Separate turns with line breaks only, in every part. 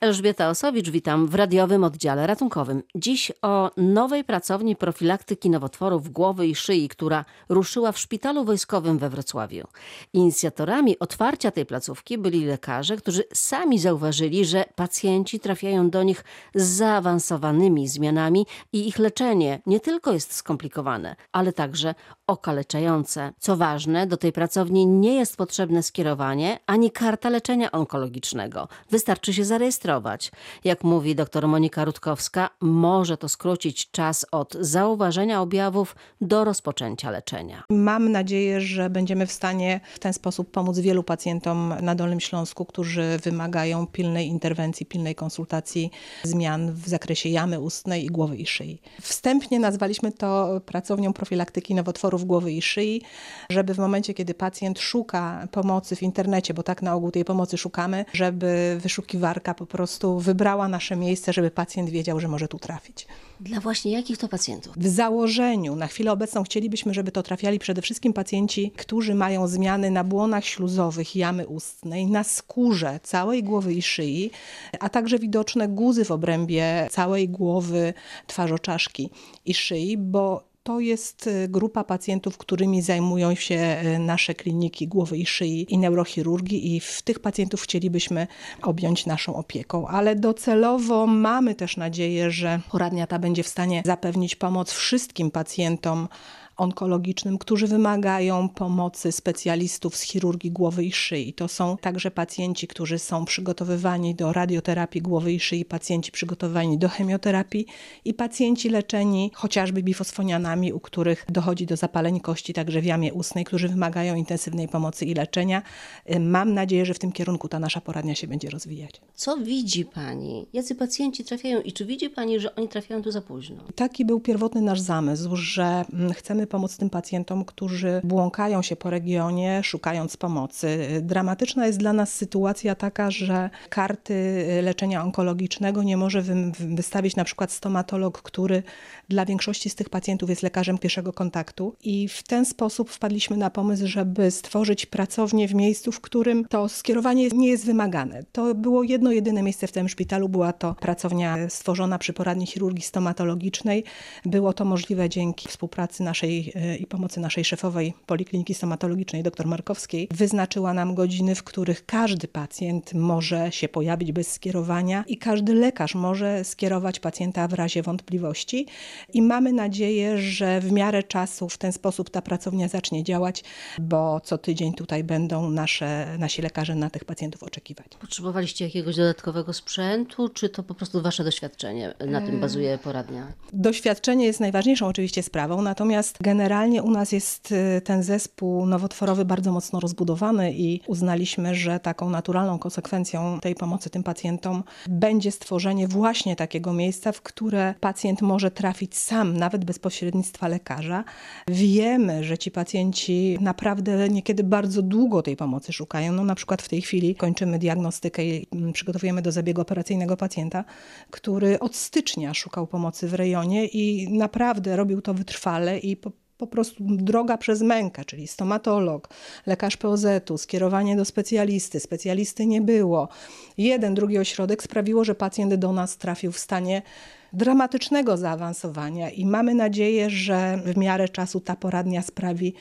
Elżbieta Osowicz, witam w radiowym oddziale ratunkowym. Dziś o nowej pracowni profilaktyki nowotworów głowy i szyi, która ruszyła w szpitalu wojskowym we Wrocławiu. Inicjatorami otwarcia tej placówki byli lekarze, którzy sami zauważyli, że pacjenci trafiają do nich z zaawansowanymi zmianami i ich leczenie nie tylko jest skomplikowane, ale także okaleczające. Co ważne, do tej pracowni nie jest potrzebne skierowanie ani karta leczenia onkologicznego. Wystarczy się zarejestrować. Jak mówi dr Monika Rutkowska, może to skrócić czas od zauważenia objawów do rozpoczęcia leczenia.
Mam nadzieję, że będziemy w stanie w ten sposób pomóc wielu pacjentom na Dolnym Śląsku, którzy wymagają pilnej interwencji, pilnej konsultacji zmian w zakresie jamy ustnej i głowy i szyi. Wstępnie nazwaliśmy to pracownią profilaktyki nowotworów głowy i szyi, żeby w momencie, kiedy pacjent szuka pomocy w internecie, bo tak na ogół tej pomocy szukamy, żeby wyszukiwarka po prostu wybrała nasze miejsce, żeby pacjent wiedział, że może tu trafić.
Dla właśnie jakich to pacjentów?
W założeniu na chwilę obecną chcielibyśmy, żeby to trafiali przede wszystkim pacjenci, którzy mają zmiany na błonach śluzowych jamy ustnej, na skórze całej głowy i szyi, a także widoczne guzy w obrębie całej głowy, twarzoczaszki i szyi, bo to jest grupa pacjentów, którymi zajmują się nasze kliniki głowy i szyi i neurochirurgii i w tych pacjentów chcielibyśmy objąć naszą opieką. Ale docelowo mamy też nadzieję, że poradnia ta będzie w stanie zapewnić pomoc wszystkim pacjentom onkologicznym, którzy wymagają pomocy specjalistów z chirurgii głowy i szyi. To są także pacjenci, którzy są przygotowywani do radioterapii głowy i szyi, pacjenci przygotowani do chemioterapii i pacjenci leczeni chociażby bifosfonianami, u których dochodzi do zapaleń kości także w jamie ustnej, którzy wymagają intensywnej pomocy i leczenia. Mam nadzieję, że w tym kierunku ta nasza poradnia się będzie rozwijać.
Co widzi Pani? Jacy pacjenci trafiają i czy widzi Pani, że oni trafiają tu za późno?
Taki był pierwotny nasz zamysł, że chcemy pomóc tym pacjentom, którzy błąkają się po regionie, szukając pomocy. Dramatyczna jest dla nas sytuacja taka, że karty leczenia onkologicznego nie może wystawić na przykład stomatolog, który dla większości z tych pacjentów jest lekarzem pierwszego kontaktu. I w ten sposób wpadliśmy na pomysł, żeby stworzyć pracownię w miejscu, w którym to skierowanie nie jest wymagane. To było jedno jedyne miejsce w tym szpitalu, była to pracownia stworzona przy poradni chirurgii stomatologicznej. Było to możliwe dzięki współpracy naszej i pomocy naszej szefowej Polikliniki Stomatologicznej, dr Markowskiej. Wyznaczyła nam godziny, w których każdy pacjent może się pojawić bez skierowania i każdy lekarz może skierować pacjenta w razie wątpliwości. I mamy nadzieję, że w miarę czasu w ten sposób ta pracownia zacznie działać, bo co tydzień tutaj będą nasi lekarze na tych pacjentów oczekiwać.
Potrzebowaliście jakiegoś dodatkowego sprzętu, czy to po prostu wasze doświadczenie? Na tym bazuje poradnia?
Doświadczenie jest najważniejszą oczywiście sprawą, natomiast generalnie u nas jest ten zespół nowotworowy bardzo mocno rozbudowany i uznaliśmy, że taką naturalną konsekwencją tej pomocy tym pacjentom będzie stworzenie właśnie takiego miejsca, w które pacjent może trafić sam, nawet bez pośrednictwa lekarza. Wiemy, że ci pacjenci naprawdę niekiedy bardzo długo tej pomocy szukają. No, na przykład w tej chwili kończymy diagnostykę i przygotowujemy do zabiegu operacyjnego pacjenta, który od stycznia szukał pomocy w rejonie i naprawdę robił to wytrwale i po prostu droga przez mękę, czyli stomatolog, lekarz POZ-u, skierowanie do specjalisty nie było. Drugi ośrodek sprawiło, że pacjent do nas trafił w stanie dramatycznego zaawansowania i mamy nadzieję, że w miarę czasu ta poradnia sprawi,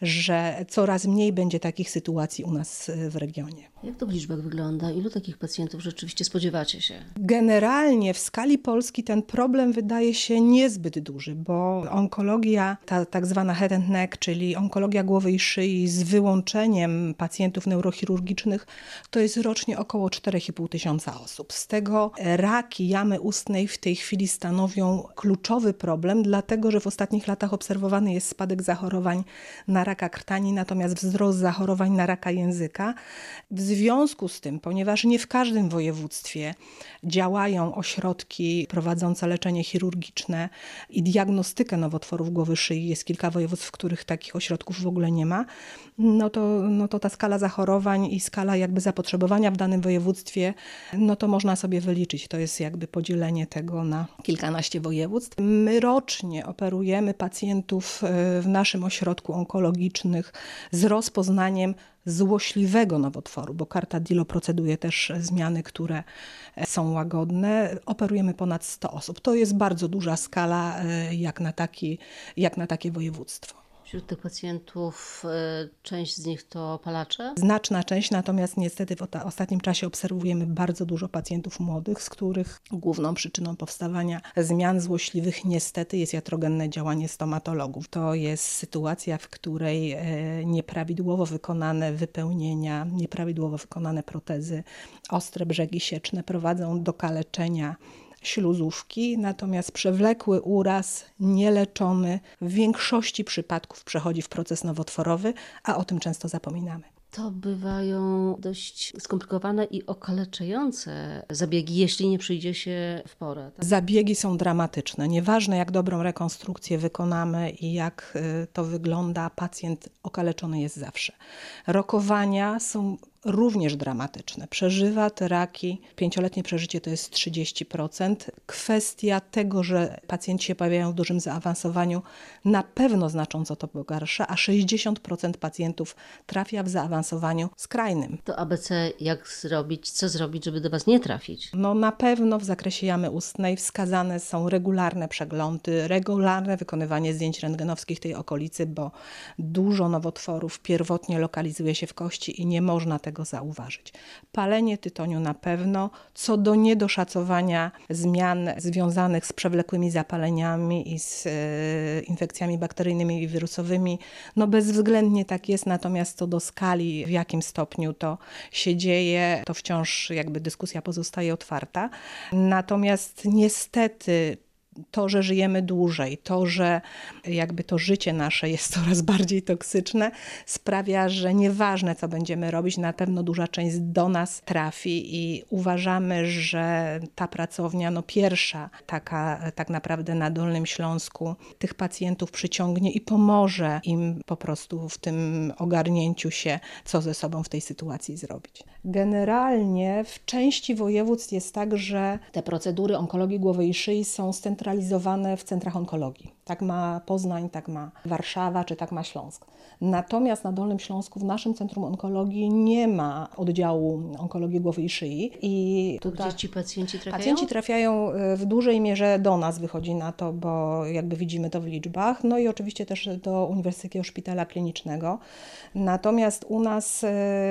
że coraz mniej będzie takich sytuacji u nas w regionie.
Jak to w liczbach wygląda? Ilu takich pacjentów rzeczywiście spodziewacie się?
Generalnie w skali Polski ten problem wydaje się niezbyt duży, bo onkologia, ta tak zwana head and neck, czyli onkologia głowy i szyi z wyłączeniem pacjentów neurochirurgicznych, to jest rocznie około 4,5 tysiąca osób. Z tego raki jamy ustnej w tej chwili stanowią kluczowy problem, dlatego że w ostatnich latach obserwowany jest spadek zachorowań na raka krtani, natomiast wzrost zachorowań na raka języka. W związku z tym, ponieważ nie w każdym województwie działają ośrodki prowadzące leczenie chirurgiczne i diagnostykę nowotworów głowy szyi, jest kilka województw, w których takich ośrodków w ogóle nie ma, no to ta skala zachorowań i skala jakby zapotrzebowania w danym województwie, no to można sobie wyliczyć. To jest jakby podzielenie tego na kilkanaście województw. My rocznie operujemy pacjentów w naszym ośrodku onkologicznym z rozpoznaniem złośliwego nowotworu, bo karta DILO proceduje też zmiany, które są łagodne. Operujemy ponad 100 osób. To jest bardzo duża skala jak na takie województwo.
Wśród tych pacjentów część z nich to palacze?
Znaczna część, natomiast niestety w ostatnim czasie obserwujemy bardzo dużo pacjentów młodych, z których główną przyczyną powstawania zmian złośliwych niestety jest iatrogenne działanie stomatologów. To jest sytuacja, w której nieprawidłowo wykonane wypełnienia, nieprawidłowo wykonane protezy, ostre brzegi sieczne prowadzą do kaleczenia śluzówki, natomiast przewlekły uraz, nieleczony, w większości przypadków przechodzi w proces nowotworowy, a o tym często zapominamy.
To bywają dość skomplikowane i okaleczające zabiegi, jeśli nie przyjdzie się w porę. Tak?
Zabiegi są dramatyczne. Nieważne, jak dobrą rekonstrukcję wykonamy i jak to wygląda, pacjent okaleczony jest zawsze. Rokowania są również dramatyczne. Przeżywa te raki, 5-letnie przeżycie to jest 30%. Kwestia tego, że pacjenci się pojawiają w dużym zaawansowaniu, na pewno znacząco to pogarsza, a 60% pacjentów trafia w zaawansowaniu skrajnym.
To ABC jak zrobić, co zrobić, żeby do Was nie trafić?
No na pewno w zakresie jamy ustnej wskazane są regularne przeglądy, regularne wykonywanie zdjęć rentgenowskich tej okolicy, bo dużo nowotworów pierwotnie lokalizuje się w kości i nie można tego zauważyć. Palenie tytoniu na pewno. Co do niedoszacowania zmian związanych z przewlekłymi zapaleniami i z infekcjami bakteryjnymi i wirusowymi, no bezwzględnie tak jest, natomiast co do skali, w jakim stopniu to się dzieje, to wciąż jakby dyskusja pozostaje otwarta. Natomiast niestety to, że żyjemy dłużej, to, że jakby to życie nasze jest coraz bardziej toksyczne, sprawia, że nieważne, co będziemy robić, na pewno duża część do nas trafi i uważamy, że ta pracownia, no pierwsza taka tak naprawdę na Dolnym Śląsku, tych pacjentów przyciągnie i pomoże im po prostu w tym ogarnięciu się, co ze sobą w tej sytuacji zrobić. Generalnie w części województw jest tak, że te procedury onkologii głowy i szyi są scentralizowane w centrach onkologii. Tak ma Poznań, tak ma Warszawa, czy tak ma Śląsk. Natomiast na Dolnym Śląsku w naszym Centrum Onkologii nie ma oddziału onkologii głowy i szyi. I
tutaj gdzie ci pacjenci trafiają?
Pacjenci trafiają w dużej mierze do nas, wychodzi na to, bo jakby widzimy to w liczbach. No i oczywiście też do Uniwersyteckiego Szpitala Klinicznego. Natomiast u nas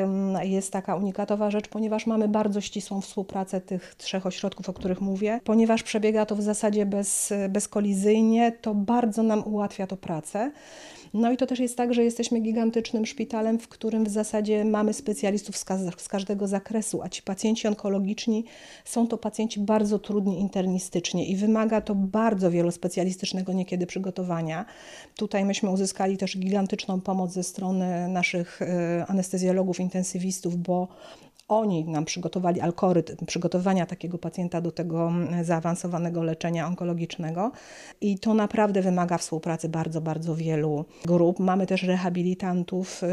jest taka unikatowa rzecz, ponieważ mamy bardzo ścisłą współpracę tych 3 ośrodków, o których mówię. Ponieważ przebiega to w zasadzie bezkolizyjnie, to bardzo nam ułatwia to pracę. No i to też jest tak, że jesteśmy gigantycznym szpitalem, w którym w zasadzie mamy specjalistów z każdego zakresu, a ci pacjenci onkologiczni są to pacjenci bardzo trudni internistycznie i wymaga to bardzo wielospecjalistycznego niekiedy przygotowania. Tutaj myśmy uzyskali też gigantyczną pomoc ze strony naszych anestezjologów, intensywistów, bo oni nam przygotowali algorytm przygotowania takiego pacjenta do tego zaawansowanego leczenia onkologicznego i to naprawdę wymaga współpracy bardzo, bardzo wielu grup. Mamy też rehabilitantów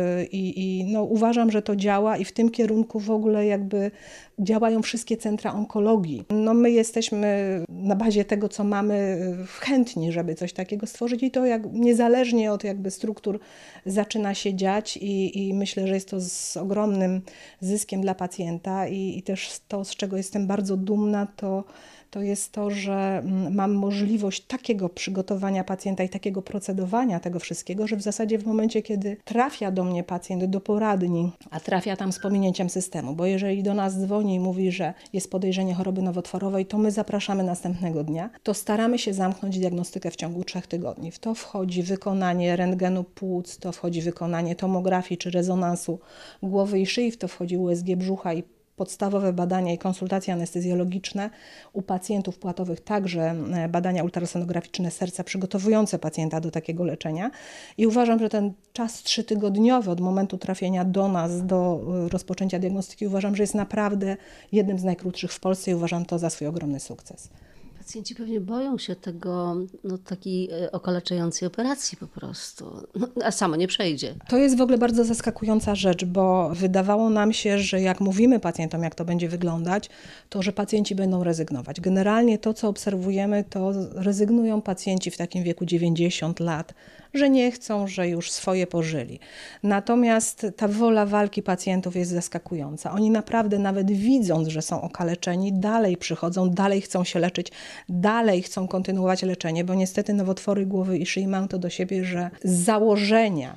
i no, uważam, że to działa i w tym kierunku w ogóle jakby działają wszystkie centra onkologii. No, my jesteśmy na bazie tego, co mamy, chętni, żeby coś takiego stworzyć i to niezależnie od jakby struktur zaczyna się dziać i myślę, że jest to z ogromnym zyskiem dla pacjenta i też to, z czego jestem bardzo dumna, to jest to, że mam możliwość takiego przygotowania pacjenta i takiego procedowania tego wszystkiego, że w zasadzie w momencie, kiedy trafia do mnie pacjent do poradni, a trafia tam z pominięciem systemu, bo jeżeli do nas dzwoni i mówi, że jest podejrzenie choroby nowotworowej, to my zapraszamy następnego dnia, to staramy się zamknąć diagnostykę w ciągu 3 tygodni. W to wchodzi wykonanie rentgenu płuc, to wchodzi wykonanie tomografii czy rezonansu głowy i szyi, w to wchodzi USG brzucha i podstawowe badania i konsultacje anestezjologiczne. U pacjentów płatowych także badania ultrasonograficzne serca przygotowujące pacjenta do takiego leczenia. I uważam, że ten czas 3-tygodniowy od momentu trafienia do nas, do rozpoczęcia diagnostyki, uważam, że jest naprawdę jednym z najkrótszych w Polsce i uważam to za swój ogromny sukces.
Pacjenci pewnie boją się tego, takiej okaleczającej operacji po prostu, a samo nie przejdzie.
To jest w ogóle bardzo zaskakująca rzecz, bo wydawało nam się, że jak mówimy pacjentom, jak to będzie wyglądać, to że pacjenci będą rezygnować. Generalnie to, co obserwujemy, to rezygnują pacjenci w takim wieku 90 lat, że nie chcą, że już swoje pożyli. Natomiast ta wola walki pacjentów jest zaskakująca. Oni naprawdę nawet widząc, że są okaleczeni, dalej przychodzą, dalej chcą się leczyć, dalej chcą kontynuować leczenie, bo niestety nowotwory głowy i szyi mają to do siebie, że z założenia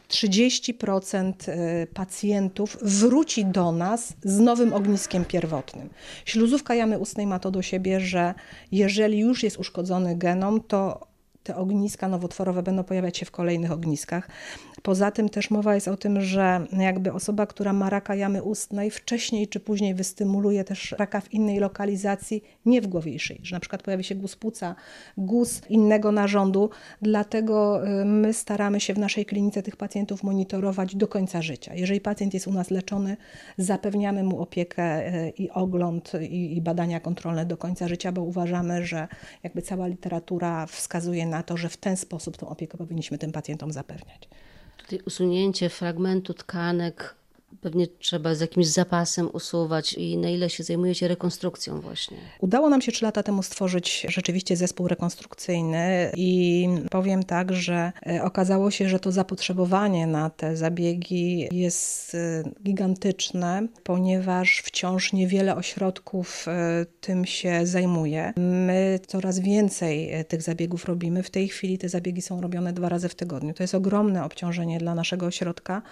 30% pacjentów wróci do nas z nowym ogniskiem pierwotnym. Śluzówka jamy ustnej ma to do siebie, że jeżeli już jest uszkodzony genom, to te ogniska nowotworowe będą pojawiać się w kolejnych ogniskach. Poza tym też mowa jest o tym, że jakby osoba, która ma raka jamy ustnej, wcześniej czy później wystymuluje też raka w innej lokalizacji, nie w głowie i szyi, że na przykład pojawi się guz płuca, guz innego narządu. Dlatego my staramy się w naszej klinice tych pacjentów monitorować do końca życia. Jeżeli pacjent jest u nas leczony, zapewniamy mu opiekę i ogląd i badania kontrolne do końca życia, bo uważamy, że jakby cała literatura wskazuje na to, że w ten sposób tą opiekę powinniśmy tym pacjentom zapewniać.
Tutaj usunięcie fragmentu tkanek pewnie trzeba z jakimś zapasem usuwać i na ile się zajmujecie rekonstrukcją właśnie?
Udało nam się 3 lata temu stworzyć rzeczywiście zespół rekonstrukcyjny i powiem tak, że okazało się, że to zapotrzebowanie na te zabiegi jest gigantyczne, ponieważ wciąż niewiele ośrodków tym się zajmuje. My coraz więcej tych zabiegów robimy. W tej chwili te zabiegi są robione 2 razy w tygodniu. To jest ogromne obciążenie dla naszego ośrodka,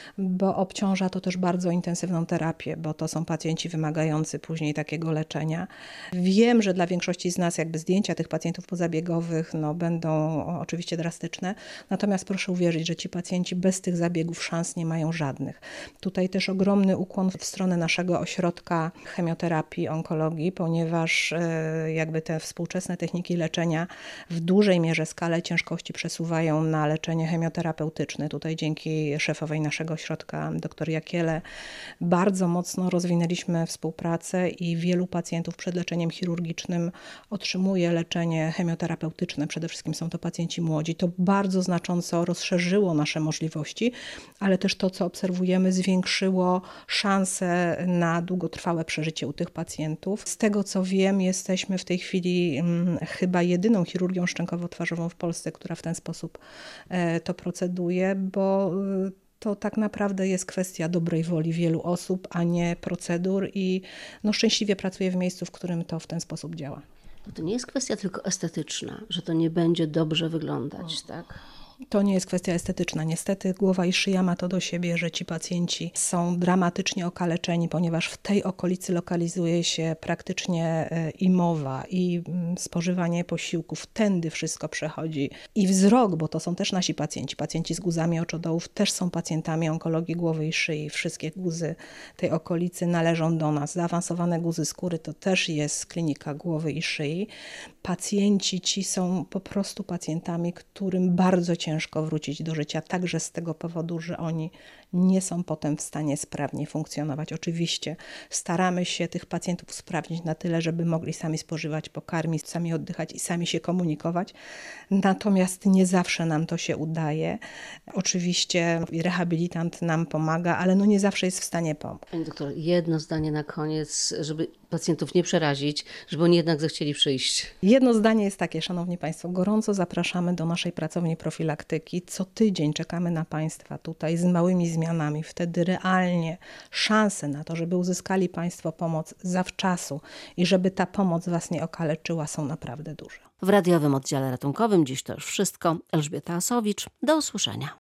bo obciąża to też bardzo intensywną terapię, bo to są pacjenci wymagający później takiego leczenia. Wiem, że dla większości z nas jakby zdjęcia tych pacjentów pozabiegowych będą oczywiście drastyczne, natomiast proszę uwierzyć, że ci pacjenci bez tych zabiegów szans nie mają żadnych. Tutaj też ogromny ukłon w stronę naszego ośrodka chemioterapii, onkologii, ponieważ jakby te współczesne techniki leczenia w dużej mierze skalę ciężkości przesuwają na leczenie chemioterapeutyczne. Tutaj dzięki szefowej naszego ośrodka, dr Jakiele, bardzo mocno rozwinęliśmy współpracę i wielu pacjentów przed leczeniem chirurgicznym otrzymuje leczenie chemioterapeutyczne. Przede wszystkim są to pacjenci młodzi. To bardzo znacząco rozszerzyło nasze możliwości, ale też to, co obserwujemy, zwiększyło szanse na długotrwałe przeżycie u tych pacjentów. Z tego, co wiem, jesteśmy w tej chwili chyba jedyną chirurgią szczękowo-twarzową w Polsce, która w ten sposób to proceduje, bo to tak naprawdę jest kwestia dobrej woli wielu osób, a nie procedur i szczęśliwie pracuję w miejscu, w którym to w ten sposób działa.
Bo to nie jest kwestia tylko estetyczna, że to nie będzie dobrze wyglądać, tak?
To nie jest kwestia estetyczna. Niestety głowa i szyja ma to do siebie, że ci pacjenci są dramatycznie okaleczeni, ponieważ w tej okolicy lokalizuje się praktycznie i mowa, i spożywanie posiłków. Tędy wszystko przechodzi. I wzrok, bo to są też nasi pacjenci. Pacjenci z guzami oczodołów też są pacjentami onkologii głowy i szyi. Wszystkie guzy tej okolicy należą do nas. Zaawansowane guzy skóry to też jest klinika głowy i szyi. Pacjenci ci są po prostu pacjentami, którym bardzo ciężko wrócić do życia, także z tego powodu, że oni nie są potem w stanie sprawnie funkcjonować. Oczywiście staramy się tych pacjentów sprawdzić na tyle, żeby mogli sami spożywać, pokarmić, sami oddychać i sami się komunikować. Natomiast nie zawsze nam to się udaje. Oczywiście rehabilitant nam pomaga, ale nie zawsze jest w stanie pomóc.
Pani doktor, jedno zdanie na koniec, żeby pacjentów nie przerazić, żeby oni jednak zechcieli przyjść.
Jedno zdanie jest takie, szanowni państwo, gorąco zapraszamy do naszej pracowni profilaktyki. Co tydzień czekamy na państwa tutaj z małymi zmianami. Wtedy realnie szanse na to, żeby uzyskali państwo pomoc zawczasu i żeby ta pomoc was nie okaleczyła, są naprawdę duże.
W radiowym oddziale ratunkowym dziś to już wszystko. Elżbieta Asowicz, do usłyszenia.